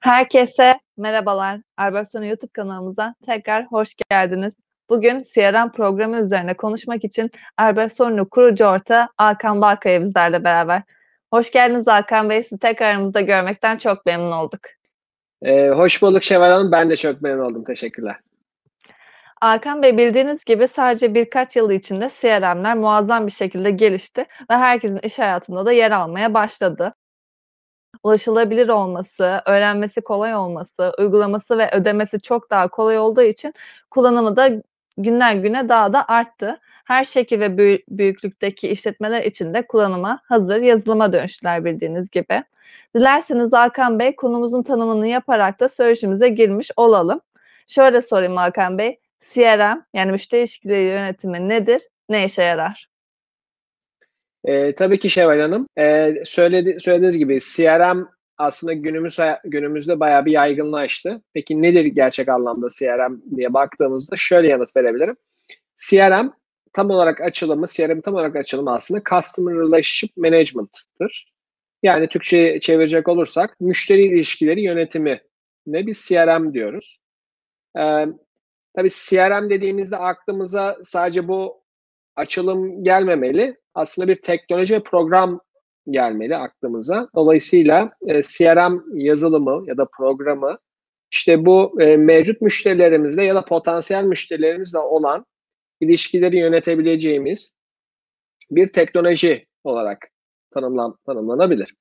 Herkese merhabalar. Albertsonu YouTube kanalımıza tekrar hoş geldiniz. Bugün CRM programı üzerine konuşmak için Albertsonu kurucu ortağı Hakan Balkaya bizlerle beraber. Hoş geldiniz Hakan Bey. Sizi tekrar aramızda görmekten çok memnun olduk. Hoş bulduk Şevval Hanım. Ben de çok memnun oldum. Teşekkürler. Hakan Bey, bildiğiniz gibi sadece birkaç yıl içinde CRM'ler muazzam bir şekilde gelişti ve herkesin iş hayatında da yer almaya başladı. Ulaşılabilir olması, öğrenmesi kolay olması, uygulaması ve ödemesi çok daha kolay olduğu için kullanımı da günden güne daha da arttı. Her şekil ve büyüklükteki işletmeler için de kullanıma hazır yazılıma dönüştüler bildiğiniz gibi. Dilerseniz Hakan Bey, konumuzun tanımını yaparak da söyleşimize girmiş olalım. Şöyle sorayım Hakan Bey, CRM yani müşteri ilişkileri yönetimi nedir, ne işe yarar? Tabii ki Şevval Hanım. Söylediğiniz gibi CRM aslında günümüzde bayağı bir yaygınlaştı. Peki nedir gerçek anlamda CRM diye baktığımızda şöyle yanıt verebilirim. CRM tam olarak açılımı aslında Customer Relationship Management'tır. Yani Türkçe'ye çevirecek olursak müşteri ilişkileri yönetimi ne biz CRM diyoruz. Tabii CRM dediğimizde aklımıza sadece bu açılım gelmemeli. Aslında bir teknoloji ve program gelmeli aklımıza. Dolayısıyla CRM yazılımı ya da programı işte bu mevcut müşterilerimizle ya da potansiyel müşterilerimizle olan ilişkileri yönetebileceğimiz bir teknoloji olarak tanımlanabilir.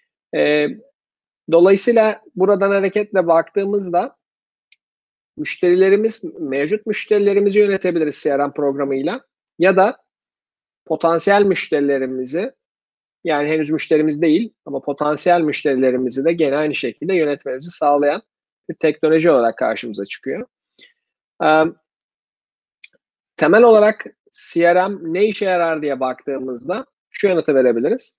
Dolayısıyla buradan hareketle baktığımızda mevcut müşterilerimizi yönetebiliriz CRM programıyla ya da potansiyel müşterilerimizi, yani henüz müşterimiz değil ama potansiyel müşterilerimizi de gene aynı şekilde yönetmemizi sağlayan bir teknoloji olarak karşımıza çıkıyor. Temel olarak CRM ne işe yarar diye baktığımızda şu yanıtı verebiliriz.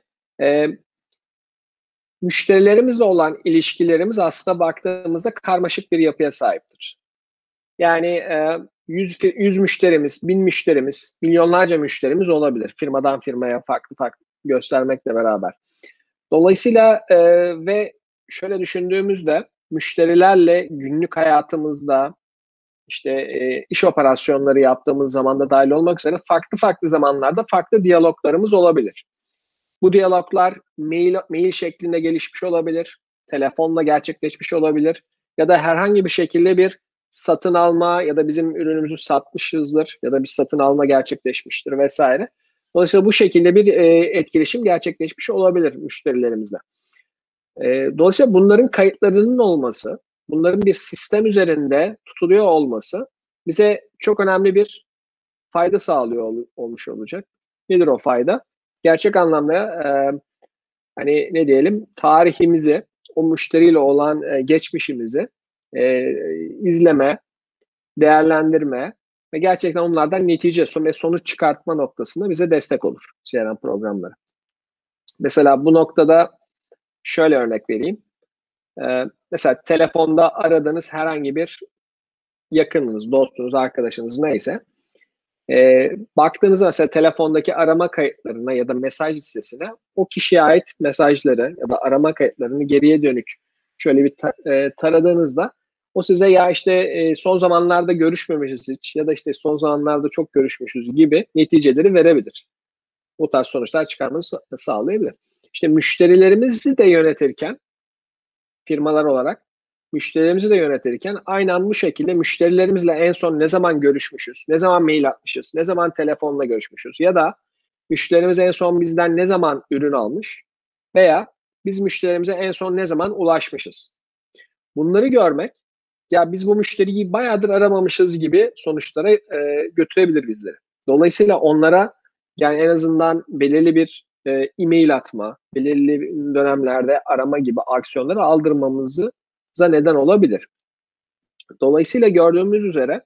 Müşterilerimizle olan ilişkilerimiz aslında baktığımızda karmaşık bir yapıya sahiptir. Yani 100 müşterimiz, 1000 müşterimiz, milyonlarca müşterimiz olabilir. Firmadan firmaya farklı göstermekle beraber. Dolayısıyla ve şöyle düşündüğümüzde müşterilerle günlük hayatımızda işte iş operasyonları yaptığımız zaman da dahil olmak üzere farklı zamanlarda farklı diyaloglarımız olabilir. Bu diyaloglar mail şeklinde gelişmiş olabilir, telefonla gerçekleşmiş olabilir ya da herhangi bir şekilde bir satın alma ya da bizim ürünümüzü satmışızdır ya da bir satın alma gerçekleşmiştir vesaire. Dolayısıyla bu şekilde bir etkileşim gerçekleşmiş olabilir müşterilerimizle. Dolayısıyla bunların kayıtlarının olması, bunların bir sistem üzerinde tutuluyor olması bize çok önemli bir fayda sağlıyor olmuş olacak. Nedir o fayda? Gerçek anlamda hani ne diyelim tarihimizi, o müşteriyle olan geçmişimizi izleme, değerlendirme ve gerçekten onlardan netice ve sonuç çıkartma noktasında bize destek olur CRM programları. Mesela bu noktada şöyle örnek vereyim. Mesela telefonda aradığınız herhangi bir yakınınız, dostunuz, arkadaşınız neyse baktığınızda mesela telefondaki arama kayıtlarına ya da mesaj listesine o kişiye ait mesajları ya da arama kayıtlarını geriye dönük şöyle bir taradığınızda o size ya işte son zamanlarda görüşmemişiz hiç ya da işte son zamanlarda çok görüşmüşüz gibi neticeleri verebilir. Bu tarz sonuçlar çıkarmanızı sağlayabilir. İşte müşterilerimizi de yönetirken firmalar olarak müşterilerimizi de yönetirken aynen bu şekilde müşterilerimizle en son ne zaman görüşmüşüz, ne zaman mail atmışız, ne zaman telefonla görüşmüşüz ya da müşterimiz en son bizden ne zaman ürün almış veya biz müşterimize en son ne zaman ulaşmışız. Bunları görmek, ya biz bu müşteriyi bayağıdır aramamışız gibi sonuçlara götürebilir bizleri. Dolayısıyla onlara yani en azından belirli bir e-mail atma, belirli dönemlerde arama gibi aksiyonları aldırmamızı neden olabilir. Dolayısıyla gördüğümüz üzere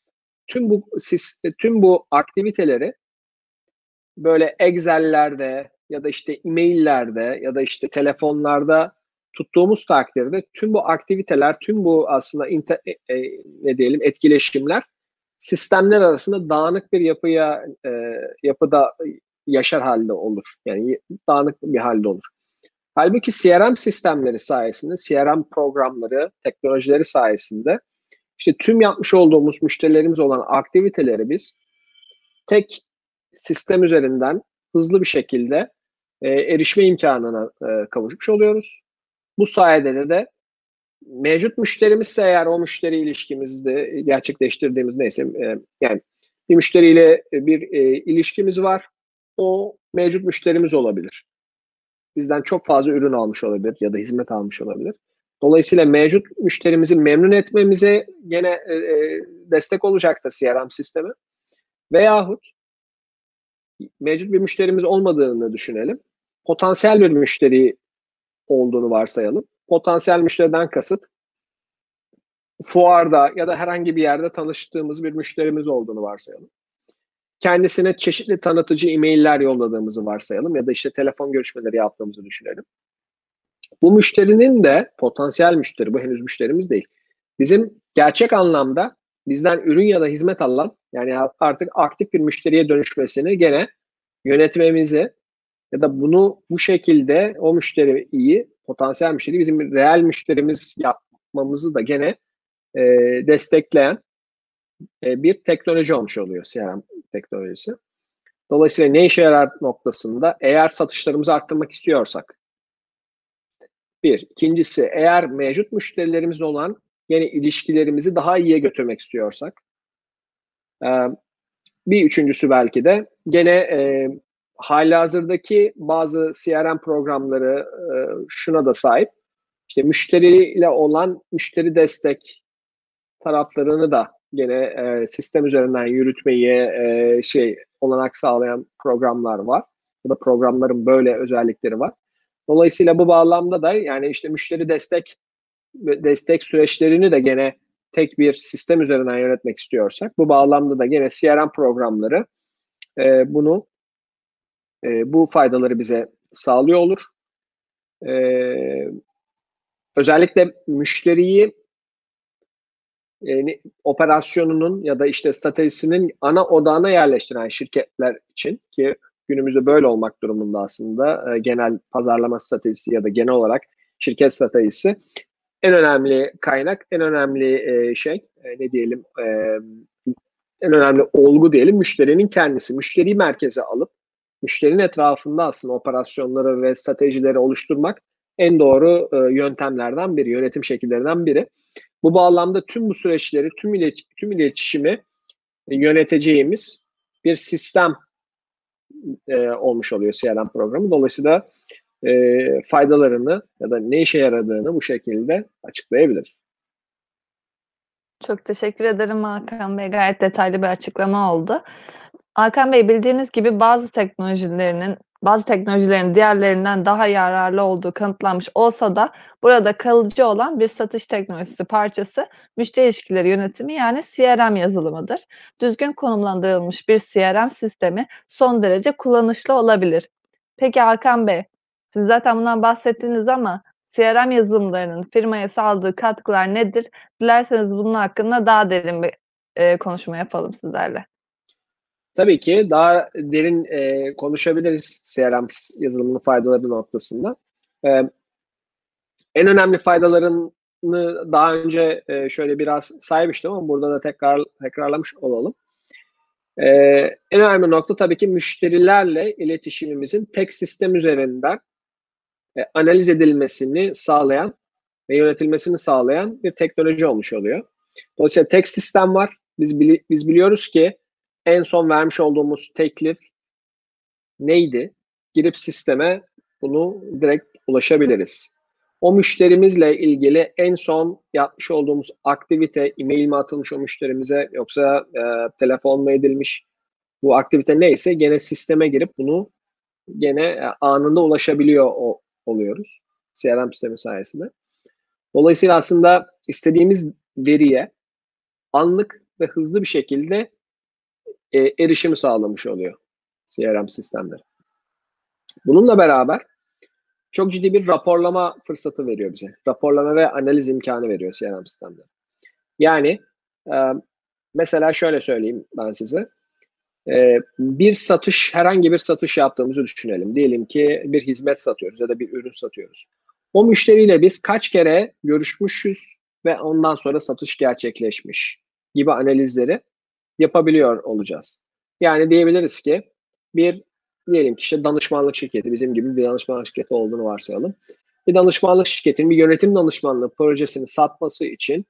tüm bu aktiviteleri böyle Excel'lerde ya da işte e-maillerde ya da işte telefonlarda tuttuğumuz takdirde tüm bu aktiviteler, tüm bu aslında ne diyelim etkileşimler sistemler arasında dağınık bir yapıda yaşar halde olur. Yani dağınık bir halde olur. Halbuki CRM sistemleri sayesinde, CRM programları, teknolojileri sayesinde işte tüm yapmış olduğumuz müşterilerimiz olan aktiviteleri biz tek sistem üzerinden hızlı bir şekilde erişme imkanına kavuşmuş oluyoruz. Bu sayede de mevcut müşterimizse eğer o müşteri ilişkimizde gerçekleştirdiğimiz neyse yani bir müşteriyle bir ilişkimiz var. O mevcut müşterimiz olabilir. Bizden çok fazla ürün almış olabilir ya da hizmet almış olabilir. Dolayısıyla mevcut müşterimizi memnun etmemize gene destek olacaktır CRM sistemi. Veyahut mevcut bir müşterimiz olmadığını düşünelim. Potansiyel bir müşteri olduğunu varsayalım. Potansiyel müşteriden kasıt fuarda ya da herhangi bir yerde tanıştığımız bir müşterimiz olduğunu varsayalım. Kendisine çeşitli tanıtıcı e-mailler yolladığımızı varsayalım ya da işte telefon görüşmeleri yaptığımızı düşünelim. Bu müşterinin de potansiyel müşteri, bu henüz müşterimiz değil. Bizim gerçek anlamda bizden ürün ya da hizmet alan, yani artık aktif bir müşteriye dönüşmesini gene yönetmemizi ya da bunu bu şekilde o müşteriyi, potansiyel müşteri bizim reel müşterimiz yapmamızı da gene destekleyen bir teknoloji olmuş oluyor CRM teknolojisi. Dolayısıyla ne işe yarar noktasında eğer satışlarımızı arttırmak istiyorsak, bir. İkincisi, eğer mevcut müşterilerimiz olan yine ilişkilerimizi daha iyiye götürmek istiyorsak, bir üçüncüsü belki de gene halihazırdaki bazı CRM programları şuna da sahip. İşte müşteriyle olan müşteri destek taraflarını da gene sistem üzerinden yürütmeyi olanak sağlayan programlar var. Ya da programların böyle özellikleri var. Dolayısıyla bu bağlamda da yani işte müşteri destek süreçlerini de gene tek bir sistem üzerinden yönetmek istiyorsak bu bağlamda da gene CRM programları bu faydaları bize sağlıyor olur. Özellikle müşteriyi operasyonunun ya da işte stratejisinin ana odağına yerleştiren şirketler için ki günümüzde böyle olmak durumunda aslında genel pazarlama stratejisi ya da genel olarak şirket stratejisi en önemli kaynak, en önemli en önemli olgu diyelim müşterinin kendisi. Müşteriyi merkeze alıp müşterinin etrafında aslında operasyonları ve stratejileri oluşturmak en doğru yöntemlerden biri, yönetim şekillerinden biri. Bu bağlamda tüm bu süreçleri, tüm iletişimi yöneteceğimiz bir sistem olmuş oluyor CRM programı. Dolayısıyla faydalarını ya da ne işe yaradığını bu şekilde açıklayabiliriz. Çok teşekkür ederim Hakan Bey. Gayet detaylı bir açıklama oldu. Hakan Bey, bildiğiniz gibi bazı teknolojilerin diğerlerinden daha yararlı olduğu kanıtlanmış olsa da burada kalıcı olan bir satış teknolojisi parçası müşteri ilişkileri yönetimi yani CRM yazılımıdır. Düzgün konumlandırılmış bir CRM sistemi son derece kullanışlı olabilir. Peki Hakan Bey, siz zaten bundan bahsettiniz ama CRM yazılımlarının firmaya sağladığı katkılar nedir? Dilerseniz bunun hakkında daha derin bir konuşma yapalım sizlerle. Tabii ki daha derin konuşabiliriz CRM yazılımının faydaları noktasında. En önemli faydalarını daha önce şöyle biraz saymıştım ama burada da tekrarlamış olalım. En önemli nokta tabii ki müşterilerle iletişimimizin tek sistem üzerinden analiz edilmesini sağlayan ve yönetilmesini sağlayan bir teknoloji olmuş oluyor. Dolayısıyla tek sistem var. Biz biliyoruz ki en son vermiş olduğumuz teklif neydi? Girip sisteme bunu direkt ulaşabiliriz. O müşterimizle ilgili en son yapmış olduğumuz aktivite, e-mail mi atılmış o müşterimize yoksa telefon mu edilmiş? Bu aktivite neyse gene sisteme girip bunu gene anında ulaşabiliyor oluyoruz CRM sistemi sayesinde. Dolayısıyla aslında istediğimiz veriye anlık ve hızlı bir şekilde erişimi sağlamış oluyor CRM sistemleri. Bununla beraber çok ciddi bir raporlama fırsatı veriyor bize. Raporlama ve analiz imkanı veriyor CRM sistemleri. Yani mesela şöyle söyleyeyim ben size. herhangi bir satış yaptığımızı düşünelim. Diyelim ki bir hizmet satıyoruz ya da bir ürün satıyoruz. O müşteriyle biz kaç kere görüşmüşüz ve ondan sonra satış gerçekleşmiş gibi analizleri yapabiliyor olacağız. Yani diyebiliriz ki diyelim ki işte danışmanlık şirketi, bizim gibi bir danışmanlık şirketi olduğunu varsayalım. Bir danışmanlık şirketinin bir yönetim danışmanlığı projesini satması için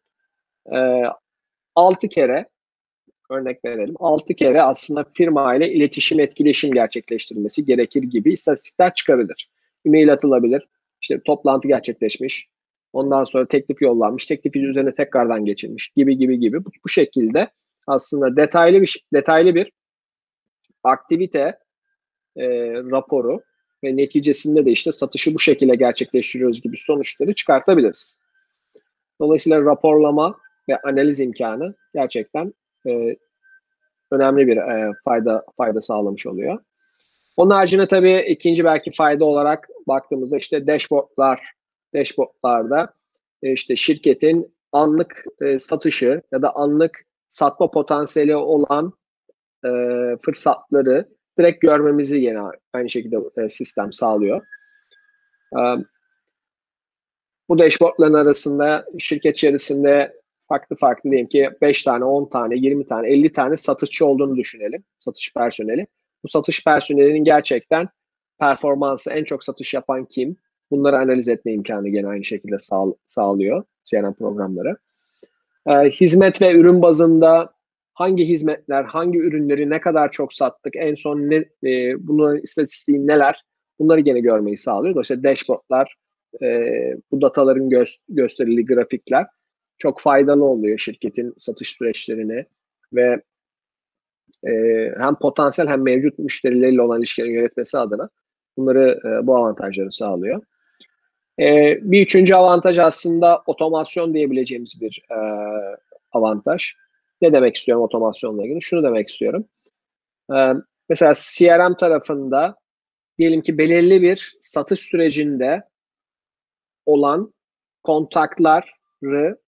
6 kere, örnek verelim, 6 kere aslında firma ile iletişim, etkileşim gerçekleştirilmesi gerekir gibi istatistikler çıkabilir. E-mail atılabilir, işte toplantı gerçekleşmiş, ondan sonra teklif yollanmış, teklifin üzerine tekrardan geçilmiş gibi. Bu şekilde aslında detaylı bir aktivite raporu ve neticesinde de işte satışı bu şekilde gerçekleştiriyoruz gibi sonuçları çıkartabiliriz. Dolayısıyla raporlama ve analiz imkanı gerçekten önemli bir fayda sağlamış oluyor. Onun haricinde tabii ikinci belki fayda olarak baktığımızda işte dashboardlarda işte şirketin anlık satışı ya da anlık satma potansiyeli olan fırsatları direkt görmemizi yine aynı şekilde sistem sağlıyor. Bu dashboardların arasında şirket içerisinde farklı diyelim ki 5 tane, 10 tane, 20 tane, 50 tane satışçı olduğunu düşünelim. Satış personeli. Bu satış personelinin gerçekten performansı, en çok satış yapan kim? Bunları analiz etme imkanı gene aynı şekilde sağlıyor CRM programları. Hizmet ve ürün bazında hangi hizmetler, hangi ürünleri ne kadar çok sattık, en son bunların istatistiği neler? Bunları gene görmeyi sağlıyor. Dolayısıyla dashboardlar, bu dataların gösterildiği grafikler çok faydalı oluyor şirketin satış süreçlerine ve hem potansiyel hem mevcut müşterileriyle olan ilişkilerini yönetmesi adına bu avantajları sağlıyor. Bir üçüncü avantaj aslında otomasyon diyebileceğimiz bir avantaj. Ne demek istiyorum otomasyonla ilgili? Şunu demek istiyorum. Mesela CRM tarafında diyelim ki belirli bir satış sürecinde olan kontakları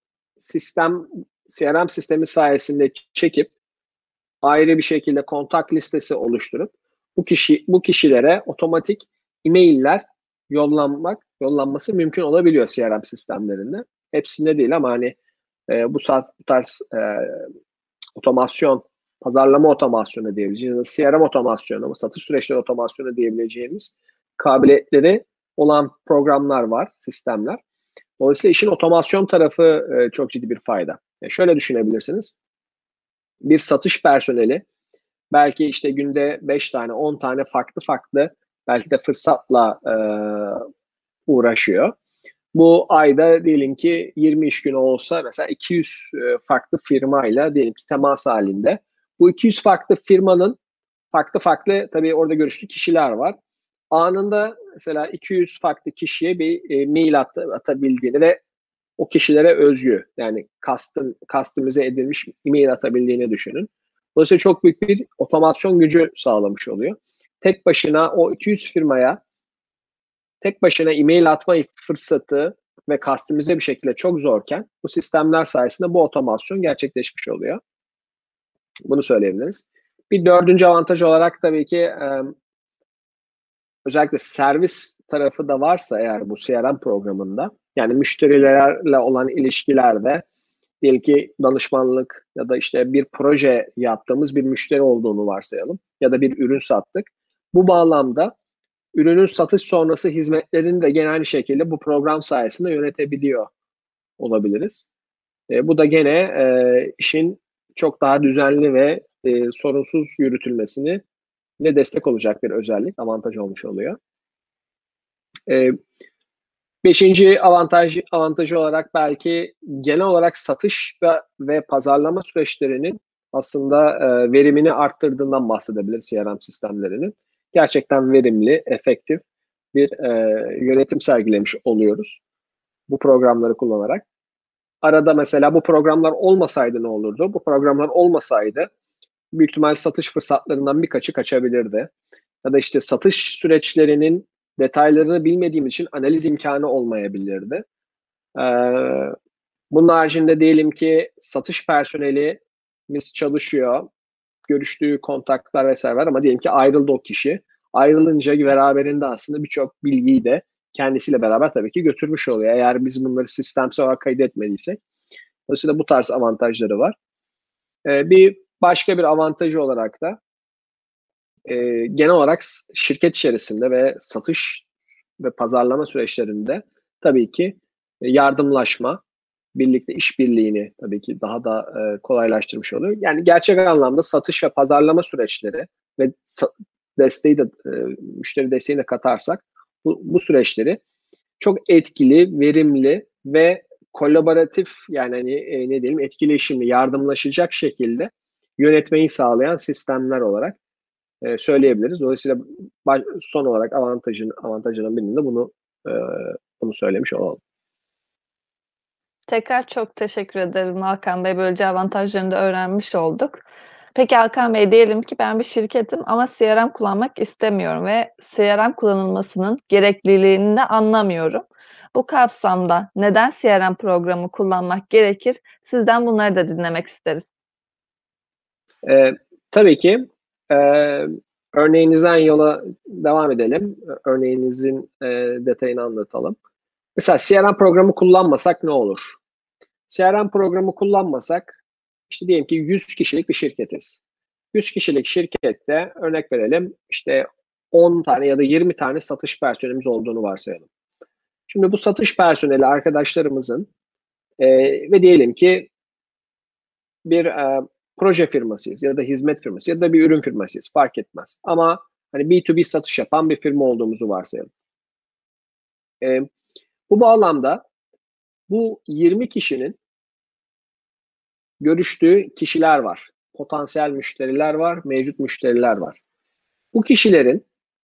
CRM sistemi sayesinde çekip ayrı bir şekilde kontak listesi oluşturup bu kişilere otomatik e-mailler yollanması mümkün olabiliyor CRM sistemlerinde. Hepsinde değil ama hani bu tarz otomasyon, pazarlama otomasyonu diyebileceğimiz, CRM otomasyonu, satış süreçleri otomasyonu diyebileceğimiz kabiliyetleri olan programlar var, sistemler. Dolayısıyla işin otomasyon tarafı çok ciddi bir fayda. Şöyle düşünebilirsiniz. Bir satış personeli belki işte günde 5 tane, 10 tane farklı belki de fırsatla uğraşıyor. Bu ayda diyelim ki 20 iş günü olsa mesela 200 farklı firmayla diyelim ki temas halinde. Bu 200 farklı firmanın farklı tabii orada görüştüğü kişiler var. Anında mesela 200 farklı kişiye bir mail atabildiğini ve o kişilere özgü yani customize edilmiş e-mail atabildiğini düşünün. Dolayısıyla çok büyük bir otomasyon gücü sağlamış oluyor. Tek başına o 200 firmaya tek başına e-mail atma fırsatı ve customize bir şekilde çok zorken bu sistemler sayesinde bu otomasyon gerçekleşmiş oluyor. Bunu söyleyebiliriz. Bir dördüncü avantaj olarak tabii ki özellikle servis tarafı da varsa eğer bu CRM programında yani müşterilerle olan ilişkilerde diyelim ki danışmanlık ya da işte bir proje yaptığımız bir müşteri olduğunu varsayalım ya da bir ürün sattık. Bu bağlamda ürünün satış sonrası hizmetlerini de gene aynı şekilde bu program sayesinde yönetebiliyor olabiliriz. Bu da gene işin çok daha düzenli ve sorunsuz yürütülmesini ne destek olacak bir özellik, avantaj olmuş oluyor. Beşinci avantajı olarak belki genel olarak satış ve pazarlama süreçlerinin aslında verimini arttırdığından bahsedebilir CRM sistemlerinin. Gerçekten verimli, efektif bir yönetim sergilemiş oluyoruz bu programları kullanarak. Arada mesela bu programlar olmasaydı ne olurdu? Bu programlar olmasaydı büyük ihtimal satış fırsatlarından birkaçı kaçabilirdi. Ya da işte satış süreçlerinin detaylarını bilmediğim için analiz imkanı olmayabilirdi. Bunun haricinde diyelim ki satış personelimiz çalışıyor. görüştüğü kontaklar vesaire var ama diyelim ki ayrıldı o kişi. Ayrılınca beraberinde aslında birçok bilgiyi de kendisiyle beraber tabii ki götürmüş oluyor. Eğer biz bunları sistemsel olarak kaydetmediysek. Dolayısıyla bu tarz avantajları var. Bir başka bir avantajı olarak da genel olarak şirket içerisinde ve satış ve pazarlama süreçlerinde tabii ki yardımlaşma, birlikte işbirliğini tabii ki daha da kolaylaştırmış oluyor. Yani gerçek anlamda satış ve pazarlama süreçleri ve desteği de müşteri desteğini de katarsak bu süreçleri çok etkili, verimli ve kolaboratif, yani hani ne diyelim, etkileşimli, yardımlaşacak şekilde yönetmeyi sağlayan sistemler olarak söyleyebiliriz. Dolayısıyla son olarak avantajının birinde bunu söylemiş olalım. Tekrar çok teşekkür ederim Hakan Bey. Böylece avantajlarını da öğrenmiş olduk. Peki Hakan Bey, diyelim ki ben bir şirketim ama CRM kullanmak istemiyorum ve CRM kullanılmasının gerekliliğini de anlamıyorum. Bu kapsamda neden CRM programı kullanmak gerekir? Sizden bunları da dinlemek isteriz. Tabii ki. Örneğinizden yola devam edelim. Örneğinizin detayını anlatalım. Mesela CRM programı kullanmasak ne olur? CRM programı kullanmasak, işte diyelim ki 100 kişilik bir şirketiz. 100 kişilik şirkette örnek verelim, işte 10 tane ya da 20 tane satış personelimiz olduğunu varsayalım. Şimdi bu satış personeli arkadaşlarımızın ve diyelim ki bir proje firmasıyız ya da hizmet firması ya da bir ürün firmasıyız, fark etmez. Ama hani B2B satış yapan bir firma olduğumuzu varsayalım. Bu bağlamda bu 20 kişinin görüştüğü kişiler var. Potansiyel müşteriler var, mevcut müşteriler var. Bu kişilerin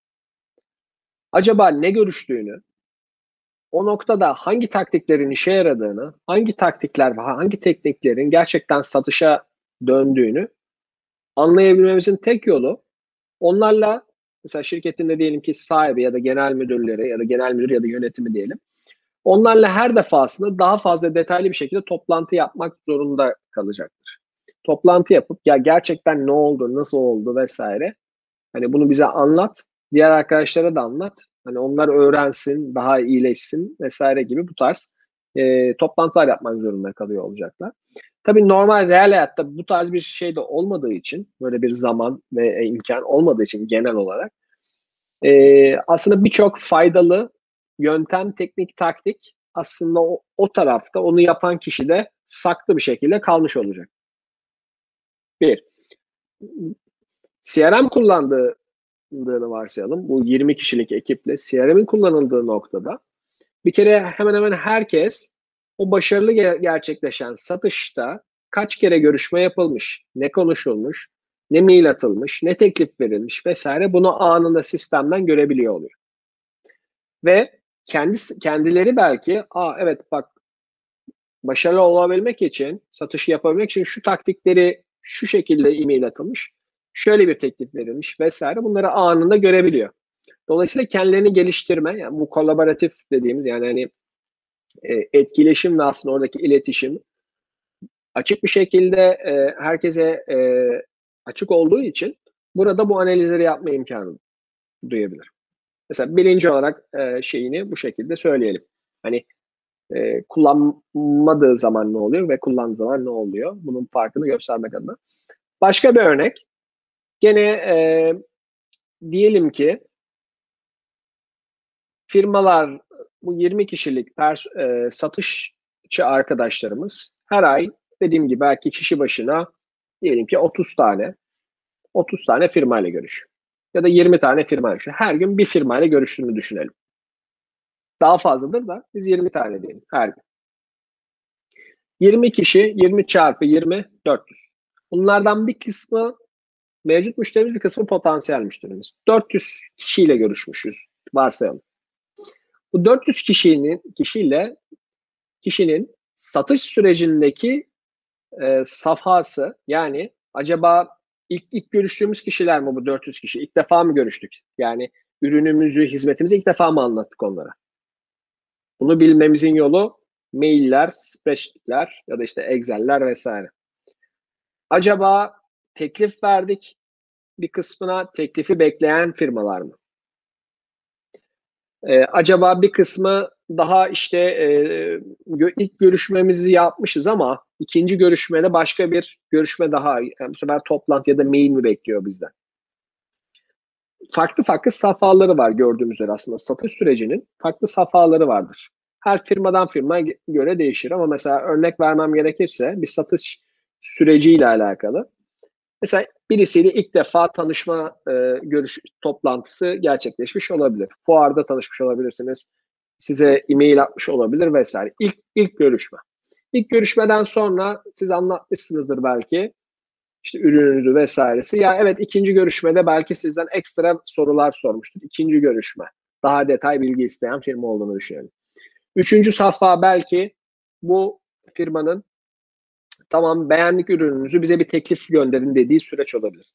acaba ne görüştüğünü, o noktada hangi taktiklerin işe yaradığını, hangi taktikler ve hangi tekniklerin gerçekten satışa döndüğünü anlayabilmemizin tek yolu, onlarla, mesela şirketinde diyelim ki sahibi ya da genel müdürleri ya da genel müdür ya da yönetimi diyelim, onlarla her defasında daha fazla detaylı bir şekilde toplantı yapmak zorunda kalacaktır. Toplantı yapıp ya gerçekten ne oldu, nasıl oldu vesaire. Hani bunu bize anlat, diğer arkadaşlara da anlat. Hani onlar öğrensin, daha iyileşsin vesaire gibi bu tarz toplantılar yapmak zorunda kalıyor olacaklar. Tabii normal real hayatta bu tarz bir şey de olmadığı için, böyle bir zaman ve imkan olmadığı için genel olarak aslında birçok faydalı yöntem, teknik, taktik aslında o tarafta onu yapan kişi de saklı bir şekilde kalmış olacak. Bir, CRM kullandığını varsayalım. Bu 20 kişilik ekiple CRM'in kullanıldığı noktada bir kere hemen hemen herkes o başarılı gerçekleşen satışta kaç kere görüşme yapılmış, ne konuşulmuş, ne mail atılmış, ne teklif verilmiş vesaire, bunu anında sistemden görebiliyor oluyor. Ve kendileri belki evet bak, başarılı olabilmek için, satışı yapabilmek için şu taktikleri şu şekilde e-mail atılmış, şöyle bir teklif verilmiş vesaire, bunları anında görebiliyor. Dolayısıyla kendilerini geliştirme, yani bu kolaboratif dediğimiz, yani hani etkileşim ve aslında oradaki iletişim açık bir şekilde herkese açık olduğu için burada bu analizleri yapma imkanı duyabilir. Mesela birinci olarak şeyini bu şekilde söyleyelim. Hani kullanmadığı zaman ne oluyor ve kullandığı zaman ne oluyor? Bunun farkını göstermek adına. Başka bir örnek. Gene diyelim ki firmalar, bu 20 kişilik satışçı arkadaşlarımız her ay dediğim gibi belki kişi başına diyelim ki 30 tane firmayla görüşüyor. Ya da 20 tane firma görüşüyor. Her gün bir firmayla görüştüğünü düşünelim. Daha fazladır da biz 20 tane diyelim her gün. 20 kişi, 20 çarpı 20, 400. Bunlardan bir kısmı mevcut müşterimiz, bir kısmı potansiyel müşterimiz. 400 kişiyle görüşmüşüz varsayalım. Bu 400 kişinin satış sürecindeki safhası, yani acaba ilk görüştüğümüz kişiler mi bu 400 kişi? İlk defa mı görüştük? Yani ürünümüzü, hizmetimizi ilk defa mı anlattık onlara? Bunu bilmemizin yolu mailler, spreadsheetler ya da işte Excel'ler vesaire. Acaba teklif verdik bir kısmına, teklifi bekleyen firmalar mı? Acaba bir kısmı daha işte ilk görüşmemizi yapmışız ama ikinci görüşmede başka bir görüşme daha, yani bu sefer toplantı ya da mail mi bekliyor bizden? Farklı farklı safhaları var gördüğümüz üzere aslında. Satış sürecinin farklı safhaları vardır. Her firmadan firmaya göre değişir ama mesela örnek vermem gerekirse bir satış süreciyle alakalı. Mesela birisiyle ilk defa tanışma toplantısı gerçekleşmiş olabilir. Fuarda tanışmış olabilirsiniz. Size e-mail atmış olabilir vesaire. İlk görüşme. İlk görüşmeden sonra siz anlatmışsınızdır belki işte ürününüzü vesairesi. Ya evet, ikinci görüşmede belki sizden ekstra sorular sormuştur. İkinci görüşme. Daha detay bilgi isteyen firma olduğunu düşünelim. Üçüncü safha belki bu firmanın tamam beğendik ürününüzü, bize bir teklif gönderin dediği süreç olabilir.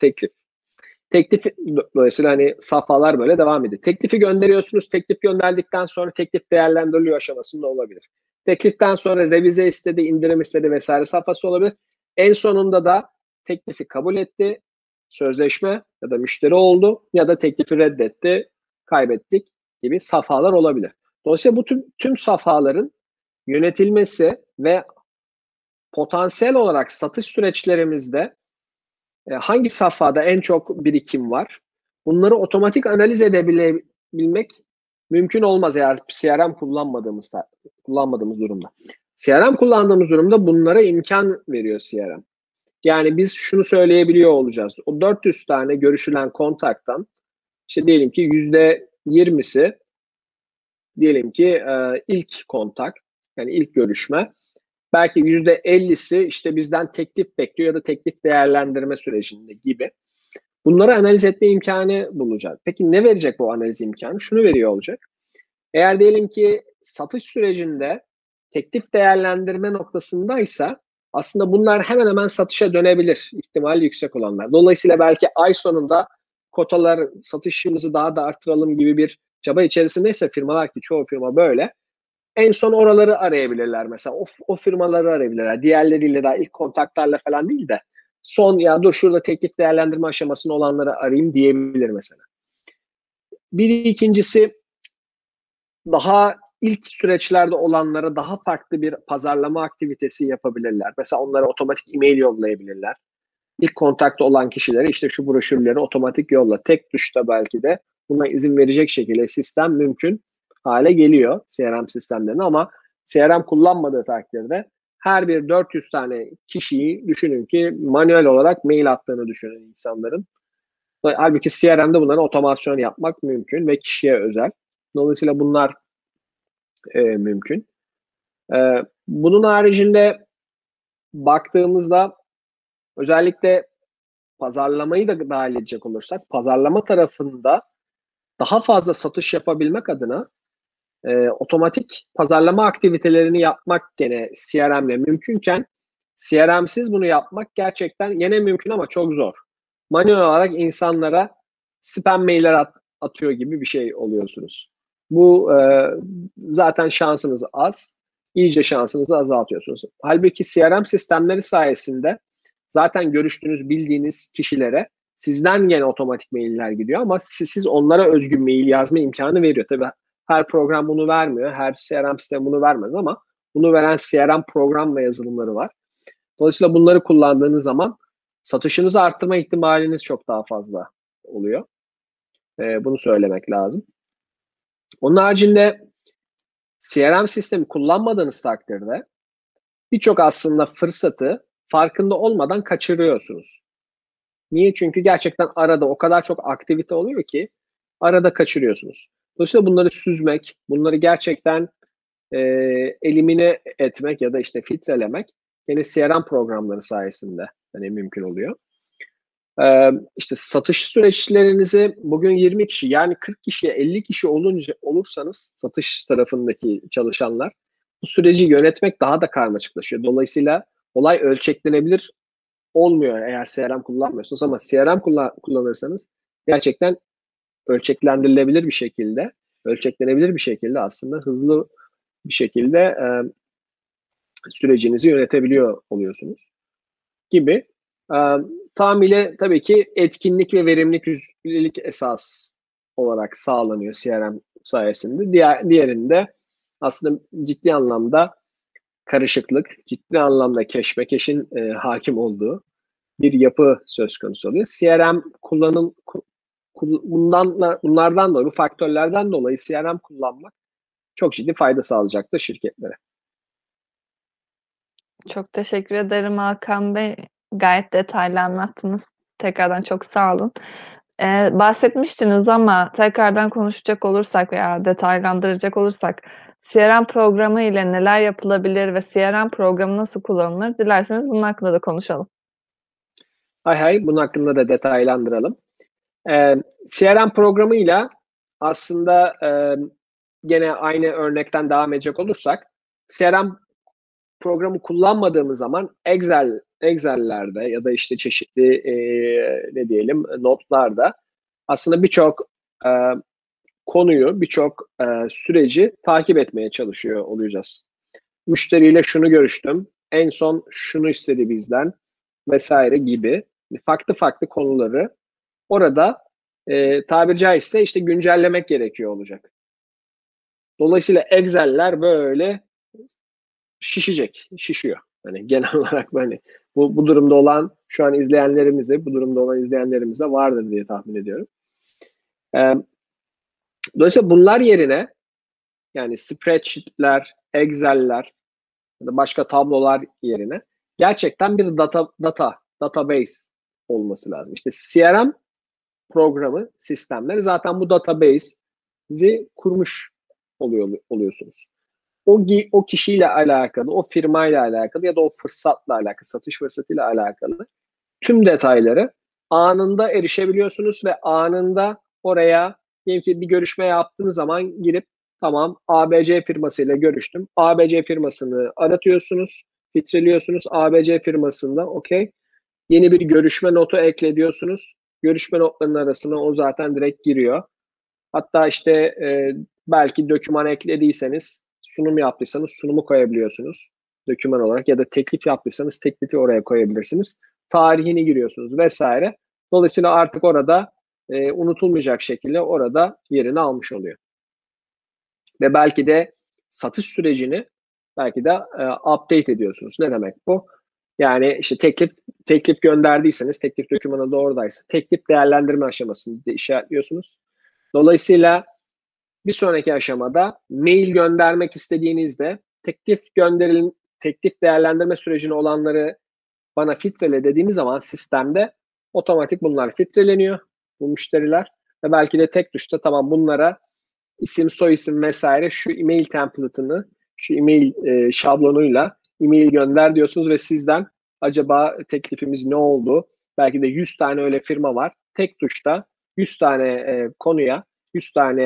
Teklif dolayısıyla hani safhalar böyle devam ediyor. Teklifi gönderiyorsunuz. Teklif gönderdikten sonra teklif değerlendiriliyor aşamasında olabilir. Tekliften sonra revize istedi, indirim istedi vesaire safhası olabilir. En sonunda da teklifi kabul etti, sözleşme ya da müşteri oldu ya da teklifi reddetti, kaybettik gibi safhalar olabilir. Dolayısıyla bu tüm safhaların yönetilmesi ve potansiyel olarak satış süreçlerimizde hangi safhada en çok birikim var? Bunları otomatik analiz edebilmek mümkün olmaz eğer CRM kullanmadığımız durumda. CRM kullandığımız durumda bunlara imkan veriyor CRM. Yani biz şunu söyleyebiliyor olacağız. O 400 tane görüşülen kontaktan işte diyelim ki %20'si diyelim ki ilk kontak, yani ilk görüşme. Belki %50'si işte bizden teklif bekliyor ya da teklif değerlendirme sürecinde gibi. Bunları analiz etme imkanı bulacak. Peki ne verecek bu analiz imkanı? Şunu veriyor olacak. Eğer diyelim ki satış sürecinde teklif değerlendirme noktasındaysa aslında bunlar hemen hemen satışa dönebilir, ihtimali yüksek olanlar. Dolayısıyla belki ay sonunda kotalar, satışımızı daha da arttıralım gibi bir çaba içerisindeyse firmalar, ki çoğu firma böyle, en son oraları arayabilirler mesela. O firmaları arayabilirler. Diğerleriyle daha ilk kontaklarla falan değil de son, ya dur şurada teklif değerlendirme aşamasında olanları arayayım diyebilir mesela. Bir ikincisi, daha ilk süreçlerde olanlara daha farklı bir pazarlama aktivitesi yapabilirler. Mesela onlara otomatik e-mail yollayabilirler. İlk kontakta olan kişilere işte şu broşürleri otomatik yolla. Tek tuşta belki de buna izin verecek şekilde sistem mümkün hale geliyor CRM sistemlerine, ama CRM kullanmadığı takdirde her bir 400 tane kişiyi düşünün ki manuel olarak mail attığını düşünün insanların. Halbuki CRM'de bunları otomasyon yapmak mümkün ve kişiye özel. Dolayısıyla bunlar mümkün. Bunun haricinde baktığımızda özellikle pazarlamayı da dahil edecek olursak, pazarlama tarafında daha fazla satış yapabilmek adına otomatik pazarlama aktivitelerini yapmak gene CRM ile mümkünken, CRM'siz bunu yapmak gerçekten yine mümkün ama çok zor. Manuel olarak insanlara spam mailler atıyor gibi bir şey oluyorsunuz. Bu zaten şansınız az. İyice şansınızı azaltıyorsunuz. Halbuki CRM sistemleri sayesinde zaten görüştüğünüz, bildiğiniz kişilere sizden gene otomatik mailler gidiyor ama siz onlara özgün mail yazma imkanı veriyor. Tabii her program bunu vermiyor. Her CRM sistemi bunu vermez ama bunu veren CRM program ve yazılımları var. Dolayısıyla bunları kullandığınız zaman satışınızı arttırma ihtimaliniz çok daha fazla oluyor. Bunu söylemek lazım. Onun haricinde CRM sistemi kullanmadığınız takdirde birçok aslında fırsatı farkında olmadan kaçırıyorsunuz. Niye? Çünkü gerçekten arada o kadar çok aktivite oluyor ki arada kaçırıyorsunuz. Dolayısıyla bunları süzmek, bunları gerçekten elimine etmek ya da işte filtrelemek yine CRM programları sayesinde hani mümkün oluyor. İşte satış süreçlerinizi bugün 20 kişi, yani 40 kişiye 50 kişi olursanız satış tarafındaki çalışanlar, bu süreci yönetmek daha da karmaşıklaşıyor. Dolayısıyla olay ölçeklenebilir olmuyor eğer CRM kullanmıyorsunuz, ama CRM kullanırsanız gerçekten ölçeklenebilir bir şekilde aslında hızlı bir şekilde sürecinizi yönetebiliyor oluyorsunuz gibi. Tamamıyla tabii ki etkinlik ve verimlilik esas olarak sağlanıyor CRM sayesinde. Diğerinde aslında ciddi anlamda karışıklık, ciddi anlamda keşmekeşin hakim olduğu bir yapı söz konusu oluyor. CRM bunlardan dolayı, bu faktörlerden dolayı CRM kullanmak çok ciddi fayda sağlayacaktır şirketlere. Çok teşekkür ederim Hakan Bey. Gayet detaylı anlattınız. Tekrardan çok sağ olun. Bahsetmiştiniz ama tekrardan konuşacak olursak veya detaylandıracak olursak CRM programı ile neler yapılabilir ve CRM programı nasıl kullanılır? Dilerseniz bunun hakkında da konuşalım. Bunun hakkında da detaylandıralım. CRM programıyla aslında gene aynı örnekten devam edecek olursak CRM programı kullanmadığımız zaman Excel'lerde ya da işte çeşitli ne diyelim notlarda aslında birçok konuyu, birçok süreci takip etmeye çalışıyor olacağız. Müşteriyle şunu görüştüm, en son şunu istedi bizden vesaire gibi farklı farklı konuları orada tabiri caizse işte güncellemek gerekiyor olacak. Dolayısıyla Excel'ler böyle şişiyor. Hani genel olarak böyle bu durumda olan şu an izleyenlerimiz de bu durumda olan izleyenlerimiz de vardır diye tahmin ediyorum. Dolayısıyla bunlar yerine yani spreadsheet'ler, Excel'ler ya da başka tablolar yerine gerçekten bir database olması lazım. İşte CRM programı, sistemleri zaten bu database'i kurmuş oluyorsunuz. O kişiyle alakalı, o firmayla alakalı ya da o fırsatla alakalı, satış fırsatıyla alakalı tüm detayları anında erişebiliyorsunuz ve anında oraya diyelim ki bir görüşme yaptığınız zaman girip tamam ABC firmasıyla görüştüm. ABC firmasını aratıyorsunuz, filtreliyorsunuz. ABC firmasında okey. Yeni bir görüşme notu ekliyorsunuz. Görüşme notlarının arasına o zaten direkt giriyor. Hatta işte belki doküman eklediyseniz, sunum yaptıysanız sunumu koyabiliyorsunuz doküman olarak ya da teklif yaptıysanız teklifi oraya koyabilirsiniz. Tarihini giriyorsunuz vesaire. Dolayısıyla artık orada unutulmayacak şekilde orada yerini almış oluyor. Ve belki de satış sürecini belki de update ediyorsunuz. Ne demek bu? Yani işte teklif gönderdiyseniz, teklif dokümanı da oradaysa teklif değerlendirme aşamasını de işaretliyorsunuz. Dolayısıyla bir sonraki aşamada mail göndermek istediğinizde teklif değerlendirme sürecine olanları bana filtrele dediğiniz zaman sistemde otomatik bunlar filtreleniyor, bu müşteriler ve belki de tek tuşta tamam bunlara isim, soyisim vesaire şu e-mail template'ını, şu e-mail şablonuyla e-mail gönder diyorsunuz ve sizden acaba teklifimiz ne oldu? Belki de 100 tane öyle firma var. Tek tuşta 100 tane konuya, 100 tane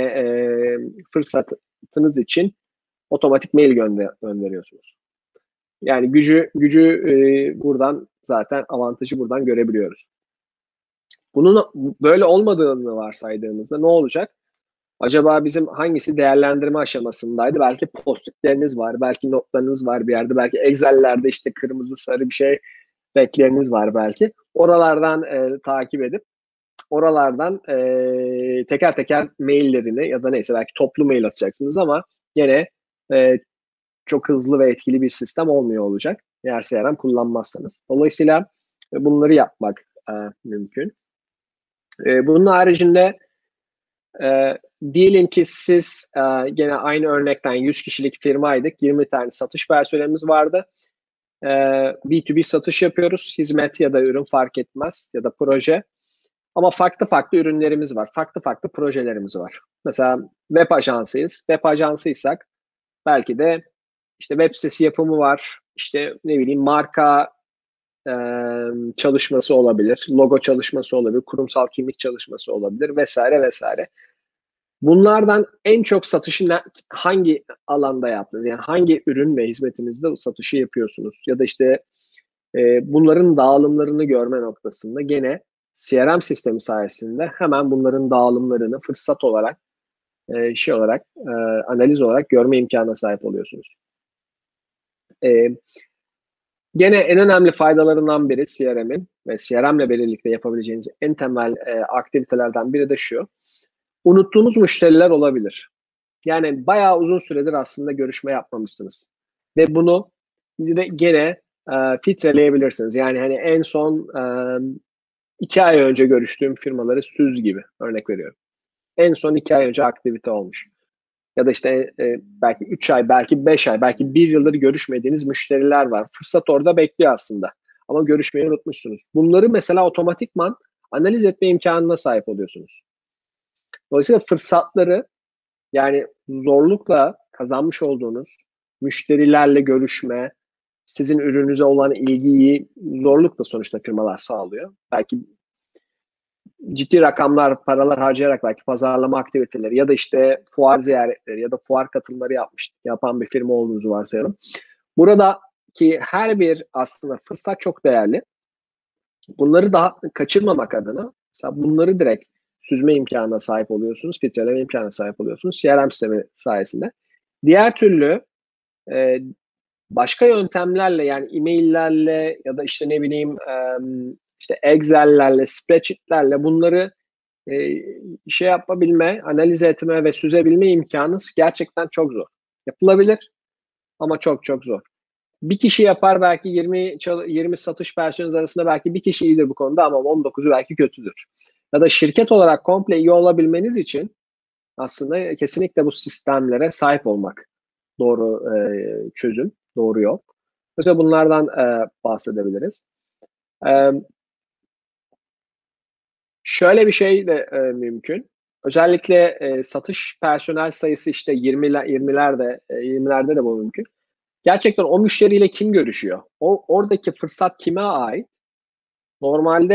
fırsatınız için otomatik mail gönderiyorsunuz. Yani gücü buradan zaten avantajı buradan görebiliyoruz. Bunun böyle olmadığını varsaydığımızda ne olacak? Acaba bizim hangisi değerlendirme aşamasındaydı? Belki postitleriniz var, belki notlarınız var bir yerde, belki Excel'lerde işte kırmızı sarı bir şey bekleriniz var belki. Oralardan takip edip oralardan teker teker maillerini ya da neyse belki toplu mail atacaksınız ama gene çok hızlı ve etkili bir sistem olmuyor olacak eğer CRM kullanmazsanız. Dolayısıyla bunları yapmak mümkün. Bunun haricinde diyelim ki siz gene aynı örnekten 100 kişilik firmaydık. 20 tane satış personelimiz vardı. B2B satış yapıyoruz. Hizmet ya da ürün fark etmez ya da proje. Ama farklı farklı ürünlerimiz var. Farklı farklı projelerimiz var. Mesela web ajansıyız. Web ajansıysak belki de işte web sitesi yapımı var. İşte ne bileyim marka çalışması olabilir. Logo çalışması olabilir. Kurumsal kimlik çalışması olabilir vesaire vesaire. Bunlardan en çok satışı hangi alanda yaptınız? Yani hangi ürün ve hizmetinizde satışı yapıyorsunuz? Ya da işte bunların dağılımlarını görme noktasında gene CRM sistemi sayesinde hemen bunların dağılımlarını fırsat olarak analiz olarak görme imkanına sahip oluyorsunuz. Gene en önemli faydalarından biri CRM'in ve CRM'le birlikte yapabileceğiniz en temel aktivitelerden biri de şu. Unuttuğunuz müşteriler olabilir. Yani bayağı uzun süredir aslında görüşme yapmamışsınız. Ve bunu gene filtreleyebilirsiniz. Yani hani en son 2 ay önce görüştüğüm firmaları süz gibi örnek veriyorum. En son 2 ay önce aktivite olmuş. Ya da işte belki 3 ay, belki 5 ay, belki 1 yıldır görüşmediğiniz müşteriler var. Fırsat orada bekliyor aslında. Ama görüşmeyi unutmuşsunuz. Bunları mesela otomatikman analiz etme imkanına sahip oluyorsunuz. Dolayısıyla fırsatları, yani zorlukla kazanmış olduğunuz müşterilerle görüşme, sizin ürününüze olan ilgiyi zorlukla sonuçta firmalar sağlıyor. Belki ciddi rakamlar, paralar harcayarak belki pazarlama aktiviteleri ya da işte fuar ziyaretleri ya da fuar katılımları yapan bir firma olduğunuzu varsayalım. Buradaki her bir aslında fırsat çok değerli. Bunları daha kaçırmamak adına mesela bunları direkt süzme imkanına sahip oluyorsunuz, filtreleme imkanına sahip oluyorsunuz CRM sistemi sayesinde. Diğer türlü e, başka yöntemlerle, yani e-maillerle ya da işte ne bileyim işte Excel'lerle, spreadsheet'lerle bunları yapabilme, analiz etme ve süzebilme imkanınız gerçekten çok zor. Yapılabilir ama çok çok zor. Bir kişi yapar, belki 20 satış personeli arasında belki bir kişi iyidir bu konuda ama 19'u belki kötüdür. Ya da şirket olarak komple iyi olabilmeniz için aslında kesinlikle bu sistemlere sahip olmak doğru çözüm, doğru yol. Mesela bunlardan bahsedebiliriz. Şöyle bir şey de mümkün. Özellikle satış personel sayısı işte 20'lerde de bu mümkün. Gerçekten o müşteriyle kim görüşüyor? Oradaki fırsat kime ait? Normalde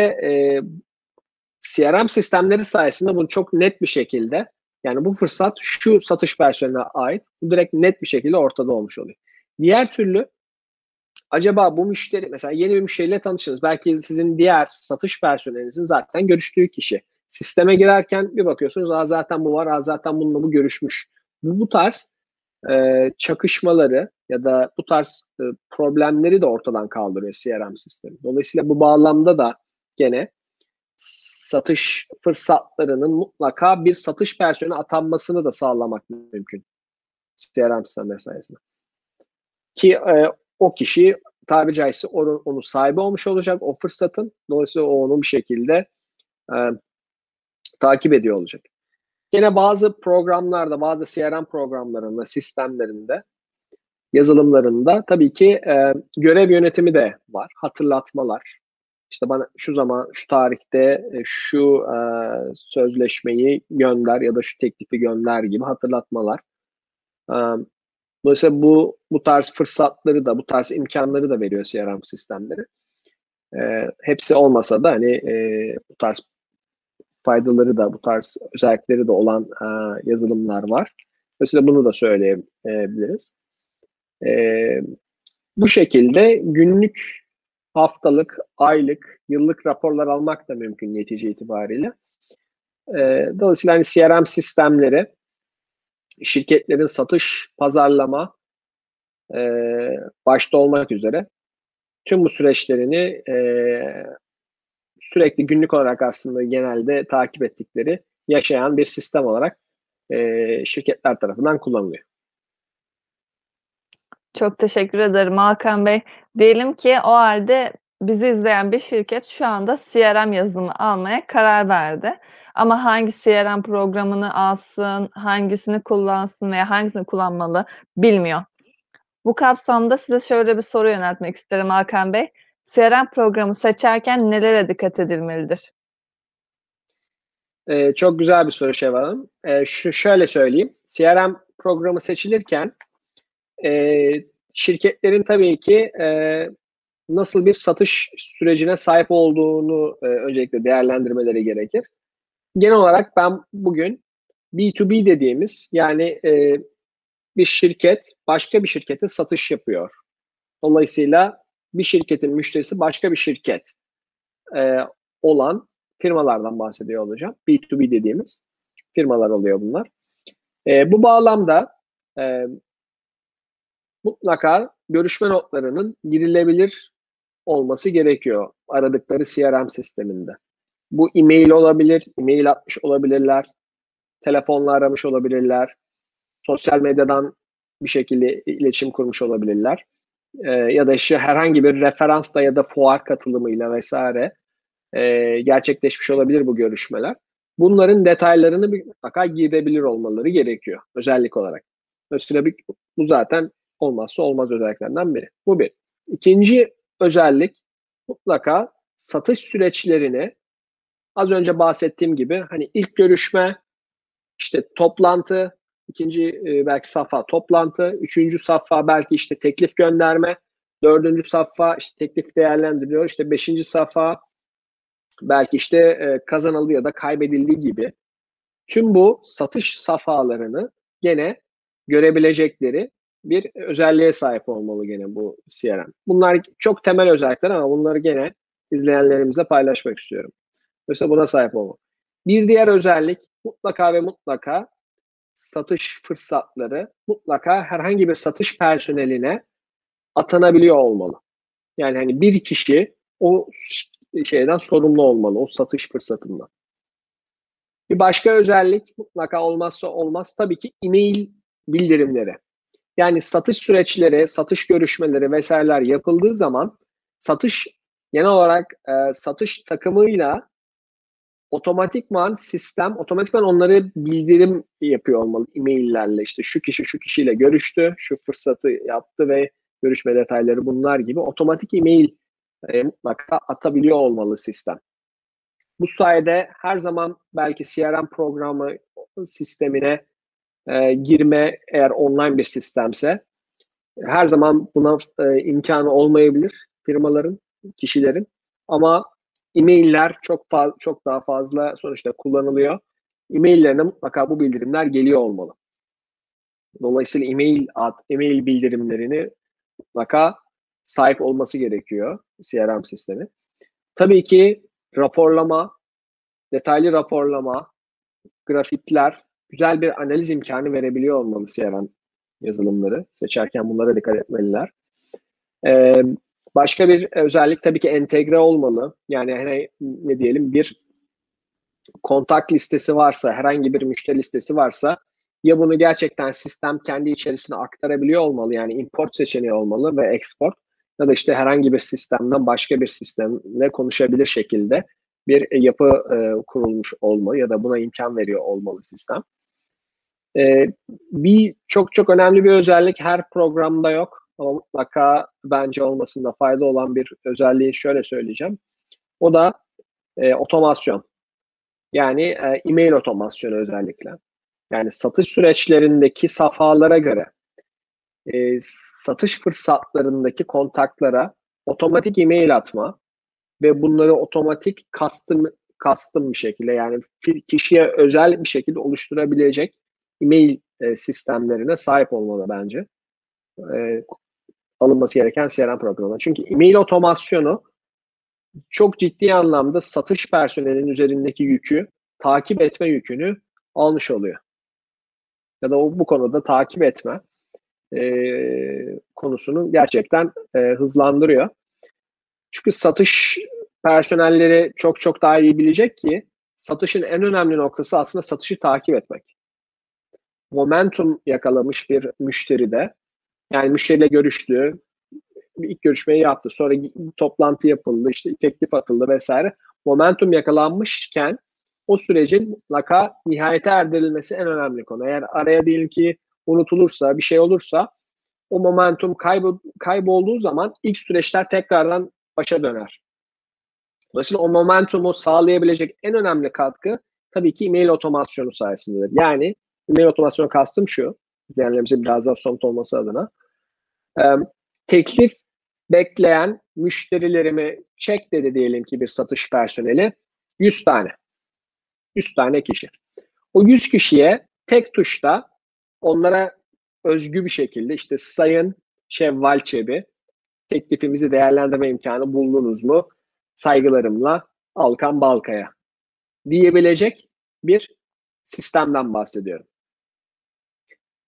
CRM sistemleri sayesinde bunu çok net bir şekilde, yani bu fırsat şu satış personeline ait. Bu direkt net bir şekilde ortada olmuş oluyor. Diğer türlü acaba bu müşteri, mesela yeni bir müşteriyle tanıştınız. Belki sizin diğer satış personelinizin zaten görüştüğü kişi. Sisteme girerken bir bakıyorsunuz, zaten bu var, zaten bununla bu görüşmüş. Bu tarz çakışmaları ya da bu tarz problemleri de ortadan kaldırıyor CRM sistemi. Dolayısıyla bu bağlamda da gene satış fırsatlarının mutlaka bir satış personeli atanmasını da sağlamak mümkün CRM sistemleri sayesinde. Ki o kişi tabiri caizse onu sahibi olmuş olacak o fırsatın. Dolayısıyla o onu bir şekilde e, takip ediyor olacak. Yine bazı programlarda, bazı CRM programlarında, sistemlerinde, yazılımlarında tabii ki görev yönetimi de var. Hatırlatmalar. İşte bana şu zaman, şu tarihte şu sözleşmeyi gönder ya da şu teklifi gönder gibi hatırlatmalar. Dolayısıyla bu tarz fırsatları da, bu tarz imkanları da veriyor CRM sistemleri. Hepsi olmasa da hani bu tarz faydaları da, bu tarz özellikleri de olan yazılımlar var. Dolayısıyla bunu da söyleyebiliriz. Bu şekilde günlük, haftalık, aylık, yıllık raporlar almak da mümkün netice itibariyle. Dolayısıyla hani CRM sistemleri şirketlerin satış, pazarlama başta olmak üzere tüm bu süreçlerini sürekli günlük olarak aslında genelde takip ettikleri, yaşayan bir sistem olarak şirketler tarafından kullanılıyor. Çok teşekkür ederim Hakan Bey. Diyelim ki o halde bizi izleyen bir şirket şu anda CRM yazılımı almaya karar verdi. Ama hangi CRM programını alsın, hangisini kullansın veya hangisini kullanmalı bilmiyor. Bu kapsamda size şöyle bir soru yöneltmek isterim Hakan Bey. CRM programı seçerken nelere dikkat edilmelidir? Çok güzel bir soru Şevval Hanım. Şöyle söyleyeyim. CRM programı seçilirken şirketlerin tabii ki nasıl bir satış sürecine sahip olduğunu öncelikle değerlendirmeleri gerekir. Genel olarak ben bugün B2B dediğimiz, yani bir şirket başka bir şirkete satış yapıyor. Dolayısıyla bir şirketin müşterisi başka bir şirket e, olan firmalardan bahsediyor olacağım. B2B dediğimiz firmalar oluyor bunlar. Bu bağlamda mutlaka görüşme notlarının girilebilir olması gerekiyor aradıkları CRM sisteminde. Bu e-mail olabilir, e-mail atmış olabilirler, telefonla aramış olabilirler, sosyal medyadan bir şekilde iletişim kurmuş olabilirler. Ya da işte herhangi bir referansla ya da fuar katılımıyla vesaire gerçekleşmiş olabilir bu görüşmeler. Bunların detaylarını mutlaka girebilir olmaları gerekiyor özellik olarak. Mesela bu zaten olmazsa olmaz özelliklerden biri. Bu bir. İkinci özellik mutlaka satış süreçlerini az önce bahsettiğim gibi hani ilk görüşme, işte toplantı, ikinci belki safha toplantı, üçüncü safha belki işte teklif gönderme, dördüncü safha işte teklif değerlendiriliyor, işte beşinci safha belki işte kazanıldı ya da kaybedildiği gibi tüm bu satış safhalarını gene görebilecekleri bir özelliğe sahip olmalı gene bu CRM. Bunlar çok temel özellikler ama bunları gene izleyenlerimizle paylaşmak istiyorum. Mesela buna sahip olmalı. Bir diğer özellik mutlaka ve mutlaka satış fırsatları mutlaka herhangi bir satış personeline atanabiliyor olmalı. Yani hani bir kişi o şeyden sorumlu olmalı, o satış fırsatından. Bir başka özellik mutlaka olmazsa olmaz tabii ki e-mail bildirimleri. Yani satış süreçleri, satış görüşmeleri vesaireler yapıldığı zaman satış genel olarak satış takımıyla otomatikman onları bildirim yapıyor olmalı e-maillerle. İşte şu kişi şu kişiyle görüştü, şu fırsatı yaptı ve görüşme detayları bunlar gibi otomatik e-mail mutlaka atabiliyor olmalı sistem. Bu sayede her zaman belki CRM programı sistemine girme eğer online bir sistemse her zaman buna imkanı olmayabilir firmaların, kişilerin. Ama e-mailler çok daha fazla sonuçta kullanılıyor. E-maillerine mutlaka bu bildirimler geliyor olmalı. Dolayısıyla e-mail bildirimlerini mutlaka sahip olması gerekiyor CRM sistemi. Tabii ki raporlama, detaylı raporlama, grafikler, güzel bir analiz imkanı verebiliyor olmalı CRM yazılımları. Seçerken bunlara dikkat etmeliler. Ee, Başka bir özellik tabii ki entegre olmalı. Yani hani, ne diyelim bir kontak listesi varsa, herhangi bir müşteri listesi varsa ya bunu gerçekten sistem kendi içerisine aktarabiliyor olmalı. Yani import seçeneği olmalı ve export ya da işte herhangi bir sistemden başka bir sistemle konuşabilir şekilde bir yapı kurulmuş olmalı ya da buna imkan veriyor olmalı sistem. Bir çok önemli bir özellik her programda yok ama mutlaka bence olmasında fayda olan bir özelliği şöyle söyleyeceğim. O da otomasyon. Yani e-mail otomasyonu özellikle. Yani satış süreçlerindeki safhalara göre satış fırsatlarındaki kontaklara otomatik e-mail atma ve bunları otomatik custom bir şekilde yani kişiye özel bir şekilde oluşturabilecek e-mail sistemlerine sahip olmalı bence. Alınması gereken CRM programı. Çünkü e-mail otomasyonu çok ciddi anlamda satış personelinin üzerindeki yükü, takip etme yükünü almış oluyor. Ya da bu konuda takip etme konusunu gerçekten hızlandırıyor. Çünkü satış personelleri çok daha iyi bilecek ki satışın en önemli noktası aslında satışı takip etmek. Momentum yakalamış bir müşteride, yani müşteriyle görüştü, ilk görüşmeyi yaptı, sonra toplantı yapıldı, işte teklif atıldı vesaire. Momentum yakalanmışken o sürecin mutlaka nihayete erdirilmesi en önemli konu. Eğer araya diyelim ki unutulursa, bir şey olursa o momentum kaybolduğu zaman ilk süreçler tekrardan başa döner. Dolayısıyla o momentumu sağlayabilecek en önemli katkı tabii ki e-mail otomasyonu sayesindedir. Yani e-mail otomasyonu kastım şu, izleyenlerimize biraz daha somut olması adına. Teklif bekleyen müşterilerimi çek dedi diyelim ki bir satış personeli 100 tane. 100 tane kişi. O 100 kişiye tek tuşta onlara özgü bir şekilde işte Sayın Şevval Çebi teklifimizi değerlendirme imkanı buldunuz mu? Saygılarımla Alkan Balkaya diyebilecek bir sistemden bahsediyorum.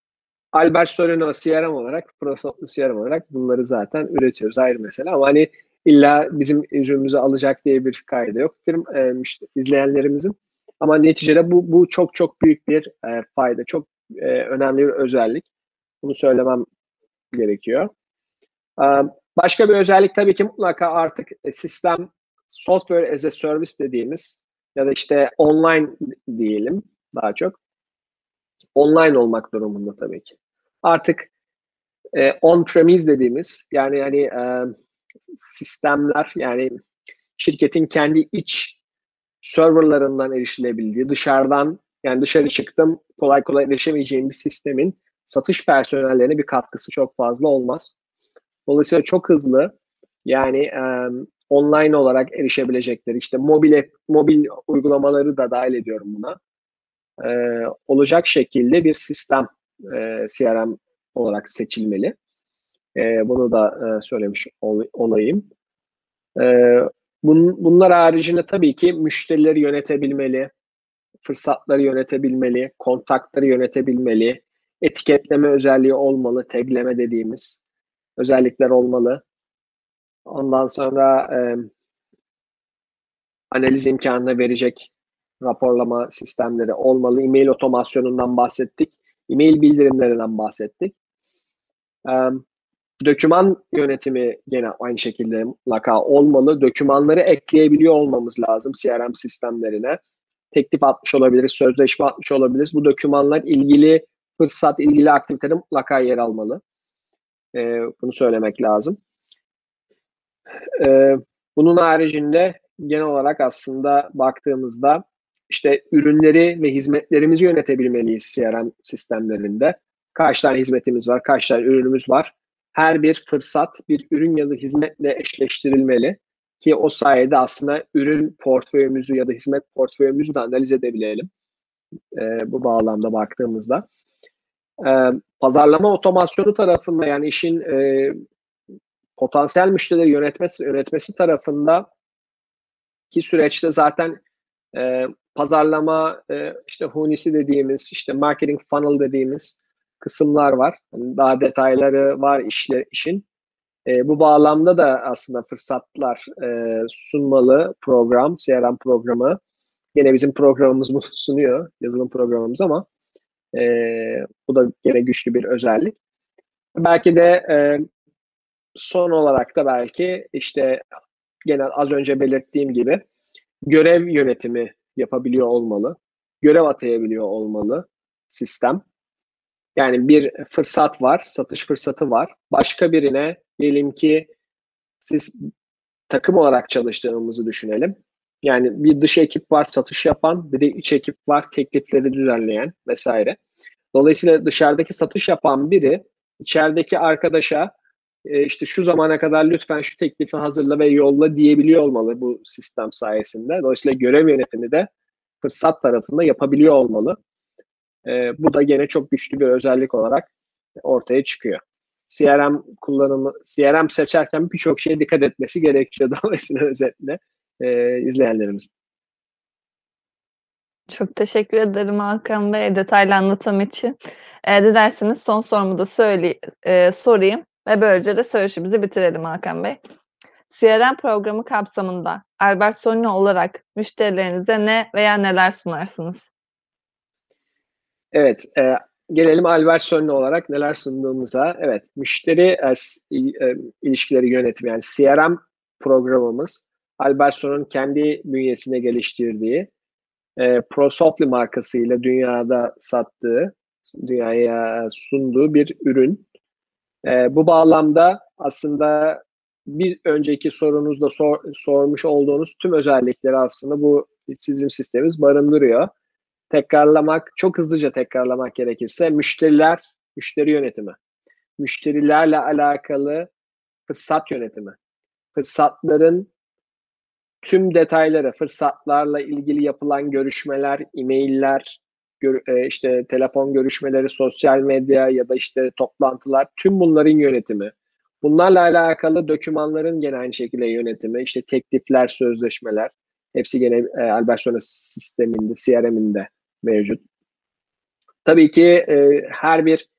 Albert Sorino CRM olarak, ProSoft'lu CRM olarak bunları zaten üretiyoruz, ayrı mesele. Ama hani illa bizim ürünümüzü alacak diye bir kaydı yok işte izleyenlerimizin. Ama neticede bu çok çok büyük bir fayda, çok önemli bir özellik. Bunu söylemem gerekiyor. Başka bir özellik tabii ki mutlaka artık sistem, software as a service dediğimiz ya da işte online diyelim, daha çok online olmak durumunda tabii ki. Artık on-premise dediğimiz, yani hani sistemler, yani şirketin kendi iç serverlarından erişilebildiği, dışarıdan, yani dışarı çıktım kolay kolay erişemeyeceğim bir sistemin satış personellerine bir katkısı çok fazla olmaz. Dolayısıyla çok hızlı, yani online olarak erişebilecekleri, işte mobil uygulamaları da dahil ediyorum buna. Olacak şekilde bir sistem, CRM olarak seçilmeli. Bunu da söylemiş olayım. Bunlar haricinde tabii ki müşterileri yönetebilmeli, fırsatları yönetebilmeli, kontakları yönetebilmeli, etiketleme özelliği olmalı, tagleme dediğimiz özellikler olmalı. Ondan sonra analiz imkanını verecek raporlama sistemleri olmalı. E-mail otomasyonundan bahsettik. E-mail bildirimlerinden bahsettik. Doküman yönetimi gene aynı şekilde mutlaka olmalı. Dokümanları ekleyebiliyor olmamız lazım CRM sistemlerine. Teklif atmış olabiliriz, sözleşme atmış olabiliriz. Bu dokümanlar ilgili fırsat, ilgili aktivitede mutlaka yer almalı. Bunu söylemek lazım. Bunun haricinde genel olarak aslında baktığımızda işte ürünleri ve hizmetlerimizi yönetebilmeliyiz CRM sistemlerinde. Kaç tane hizmetimiz var, kaç tane ürünümüz var. Her bir fırsat bir ürün ya da hizmetle eşleştirilmeli ki o sayede aslında ürün portföyümüzü ya da hizmet portföyümüzü de analiz edebilelim. Bu bağlamda baktığımızda. Pazarlama otomasyonu tarafında, yani işin potansiyel müşterileri yönetmesi tarafında ki süreçte zaten pazarlama, işte hunisi dediğimiz, işte marketing funnel dediğimiz kısımlar var. Yani daha detayları var işin. Bu bağlamda da aslında fırsatlar sunmalı program, CRM programı. Yine bizim programımız bunu sunuyor, yazılım programımız, ama bu da yine güçlü bir özellik. Belki de son olarak da belki işte gene az önce belirttiğim gibi görev yönetimi yapabiliyor olmalı. Görev atayabiliyor olmalı sistem. Yani bir fırsat var, satış fırsatı var. Başka birine, diyelim ki siz takım olarak çalıştığımızı düşünelim. Yani bir dış ekip var satış yapan, bir de iç ekip var teklifleri düzenleyen vesaire. Dolayısıyla dışarıdaki satış yapan biri içerideki arkadaşa işte şu zamana kadar lütfen şu teklifi hazırla ve yolla diyebiliyor olmalı bu sistem sayesinde. Dolayısıyla görev yönetimi de fırsat tarafında yapabiliyor olmalı. Bu da gene çok güçlü bir özellik olarak ortaya çıkıyor. CRM seçerken birçok şeye dikkat etmesi gerekiyor dolayısıyla özetle izleyenlerimiz. Çok teşekkür ederim Hakan Bey detaylı anlatım için. Dilerseniz son sorumu da sorayım ve böylece de söyleşimizi bitirelim Hakan Bey. CRM programı kapsamında Albert Sonio olarak müşterilerinize ne veya neler sunarsınız? Evet, gelelim Albert Sonne olarak neler sunduğumuza. Evet, müşteri ilişkileri yönetimi, yani CRM programımız Albert Sonne'un kendi bünyesine geliştirdiği ProSoftly markasıyla dünyada sattığı, dünyaya sunduğu bir ürün. Bu bağlamda aslında bir önceki sorunuzda sormuş olduğunuz tüm özellikleri aslında bu sizin sistemimiz barındırıyor. Çok hızlıca tekrarlamak gerekirse müşteri yönetimi, müşterilerle alakalı fırsat yönetimi, fırsatların tüm detayları, fırsatlarla ilgili yapılan görüşmeler, e-mailler, işte telefon görüşmeleri, sosyal medya ya da işte toplantılar, tüm bunların yönetimi. Bunlarla alakalı dokümanların gene aynı şekilde yönetimi, işte teklifler, sözleşmeler, hepsi gene Albert Sonra sisteminde, CRM'inde mevcut. Tabii ki her bir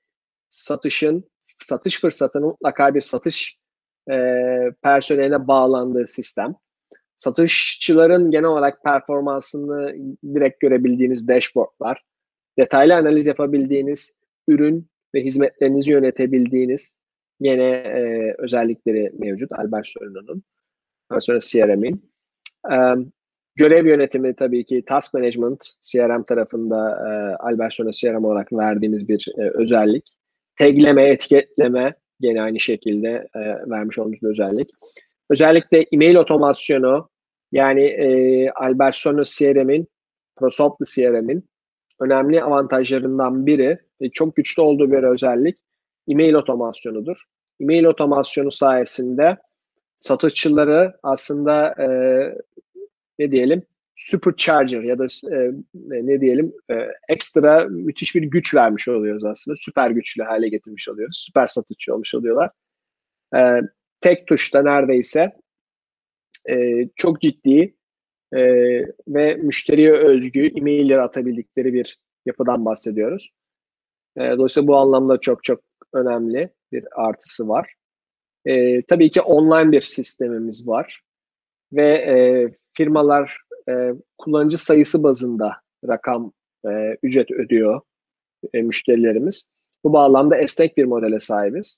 satış fırsatının mutlaka bir satış personeline bağlandığı sistem. Satışçıların genel olarak performansını direkt görebildiğiniz dashboardlar, detaylı analiz yapabildiğiniz ürün ve hizmetlerinizi yönetebildiğiniz yine özellikleri mevcut Albertson'un. Ondan sonra CRM'in. Görev yönetimi tabii ki Task Management CRM tarafında Albertson'a CRM olarak verdiğimiz bir özellik. Tagleme, etiketleme gene aynı şekilde vermiş olduğumuz bir özellik. Özellikle e-mail otomasyonu yani Albertson'un CRM'in, ProSoft'lu CRM'in önemli avantajlarından biri ve çok güçlü olduğu bir özellik e-mail otomasyonudur. E-mail otomasyonu sayesinde satışçıları aslında ne diyelim supercharger ya da ne diyelim ekstra müthiş bir güç vermiş oluyoruz aslında. Süper güçlü hale getirmiş oluyoruz. Süper satışçı olmuş oluyorlar. Tek tuşta neredeyse çok ciddi ve müşteriye özgü e-mailleri atabildikleri bir yapıdan bahsediyoruz. Dolayısıyla bu anlamda çok çok önemli bir artısı var. Tabii ki online bir sistemimiz var ve firmalar kullanıcı sayısı bazında ücret ödüyor müşterilerimiz. Bu bağlamda esnek bir modele sahibiz.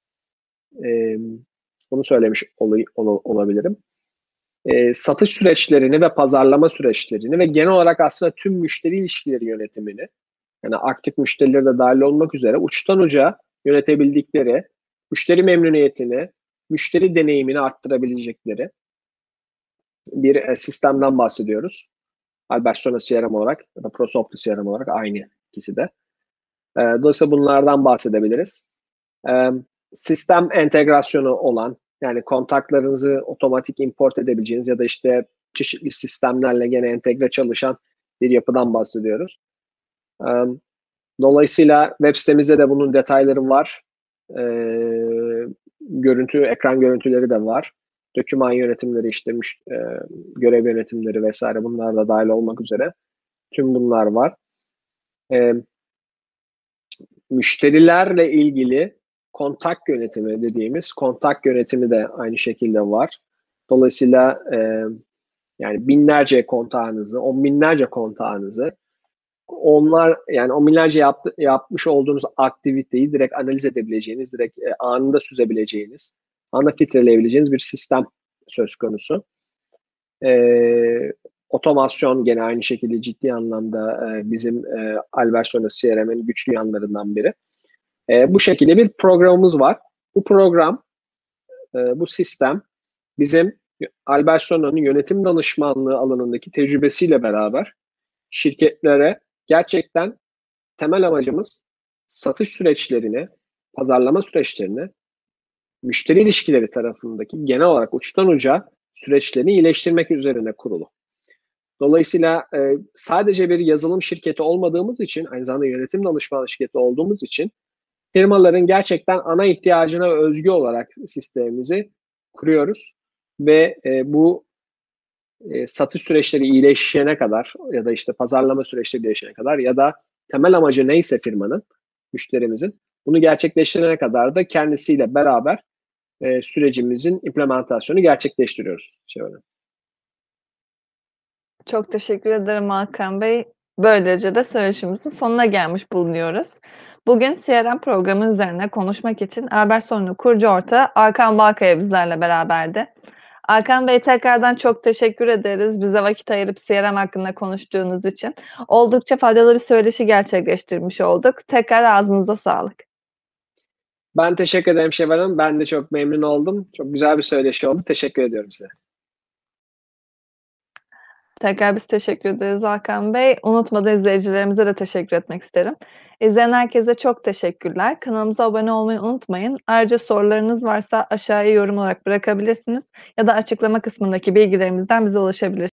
Bunu söylemiş olabilirim. Satış süreçlerini ve pazarlama süreçlerini ve genel olarak aslında tüm müşteri ilişkileri yönetimini, yani aktif müşterileri de dahil olmak üzere uçtan uca yönetebildikleri, müşteri memnuniyetini, müşteri deneyimini arttırabilecekleri bir sistemden bahsediyoruz. Albertsona CRM olarak ya da ProSoft'lu CRM olarak aynı ikisi de. Dolayısıyla bunlardan bahsedebiliriz. Sistem entegrasyonu olan, yani kontaklarınızı otomatik import edebileceğiniz ya da işte çeşitli sistemlerle gene entegre çalışan bir yapıdan bahsediyoruz. Dolayısıyla web sitemizde de bunun detayları var. Ekran görüntüleri de var. Doküman yönetimleri, işte görev yönetimleri vesaire, bunlar da dahil olmak üzere tüm bunlar var. Müşterilerle ilgili kontak yönetimi dediğimiz kontak yönetimi de aynı şekilde var. Dolayısıyla yani binlerce kontağınızı, on binlerce kontağınızı yani on binlerce yapmış olduğunuz aktiviteyi direkt analiz edebileceğiniz, direkt anında süzebileceğiniz, anında filtreleyebileceğiniz bir sistem söz konusu. Otomasyon gene aynı şekilde ciddi anlamda bizim Albertsona CRM'in güçlü yanlarından biri. Bu şekilde bir programımız var. Bu program, bu sistem bizim Albertsona'nın yönetim danışmanlığı alanındaki tecrübesiyle beraber şirketlere gerçekten temel amacımız satış süreçlerini, pazarlama süreçlerini, müşteri ilişkileri tarafındaki genel olarak uçtan uca süreçlerini iyileştirmek üzerine kurulu. Dolayısıyla sadece bir yazılım şirketi olmadığımız için, aynı zamanda yönetim danışmanlığı şirketi olduğumuz için firmaların gerçekten ana ihtiyacına özgü olarak sistemimizi kuruyoruz ve bu satış süreçleri iyileşene kadar ya da işte pazarlama süreçleri iyileşene kadar ya da temel amacı neyse firmanın, müşterimizin, bunu gerçekleştirene kadar da kendisiyle beraber sürecimizin implementasyonu gerçekleştiriyoruz. Çok teşekkür ederim Hakan Bey. Böylece de söyleşimizin sonuna gelmiş bulunuyoruz. Bugün CRM programı üzerine konuşmak için Albertson'un kurucu ortağı Hakan Balkaya bizlerle beraberdi. Hakan Bey, tekrardan çok teşekkür ederiz bize vakit ayırıp CRM hakkında konuştuğunuz için. Oldukça faydalı bir söyleşi gerçekleştirmiş olduk. Tekrar ağzınıza sağlık. Ben teşekkür ederim Şevval Hanım. Ben de çok memnun oldum. Çok güzel bir söyleşi oldu. Teşekkür ediyorum size. Tekrar biz teşekkür ederiz Hakan Bey. Unutmadan izleyicilerimize de teşekkür etmek isterim. İzleyen herkese çok teşekkürler. Kanalımıza abone olmayı unutmayın. Ayrıca sorularınız varsa aşağıya yorum olarak bırakabilirsiniz ya da açıklama kısmındaki bilgilerimizden bize ulaşabilirsiniz.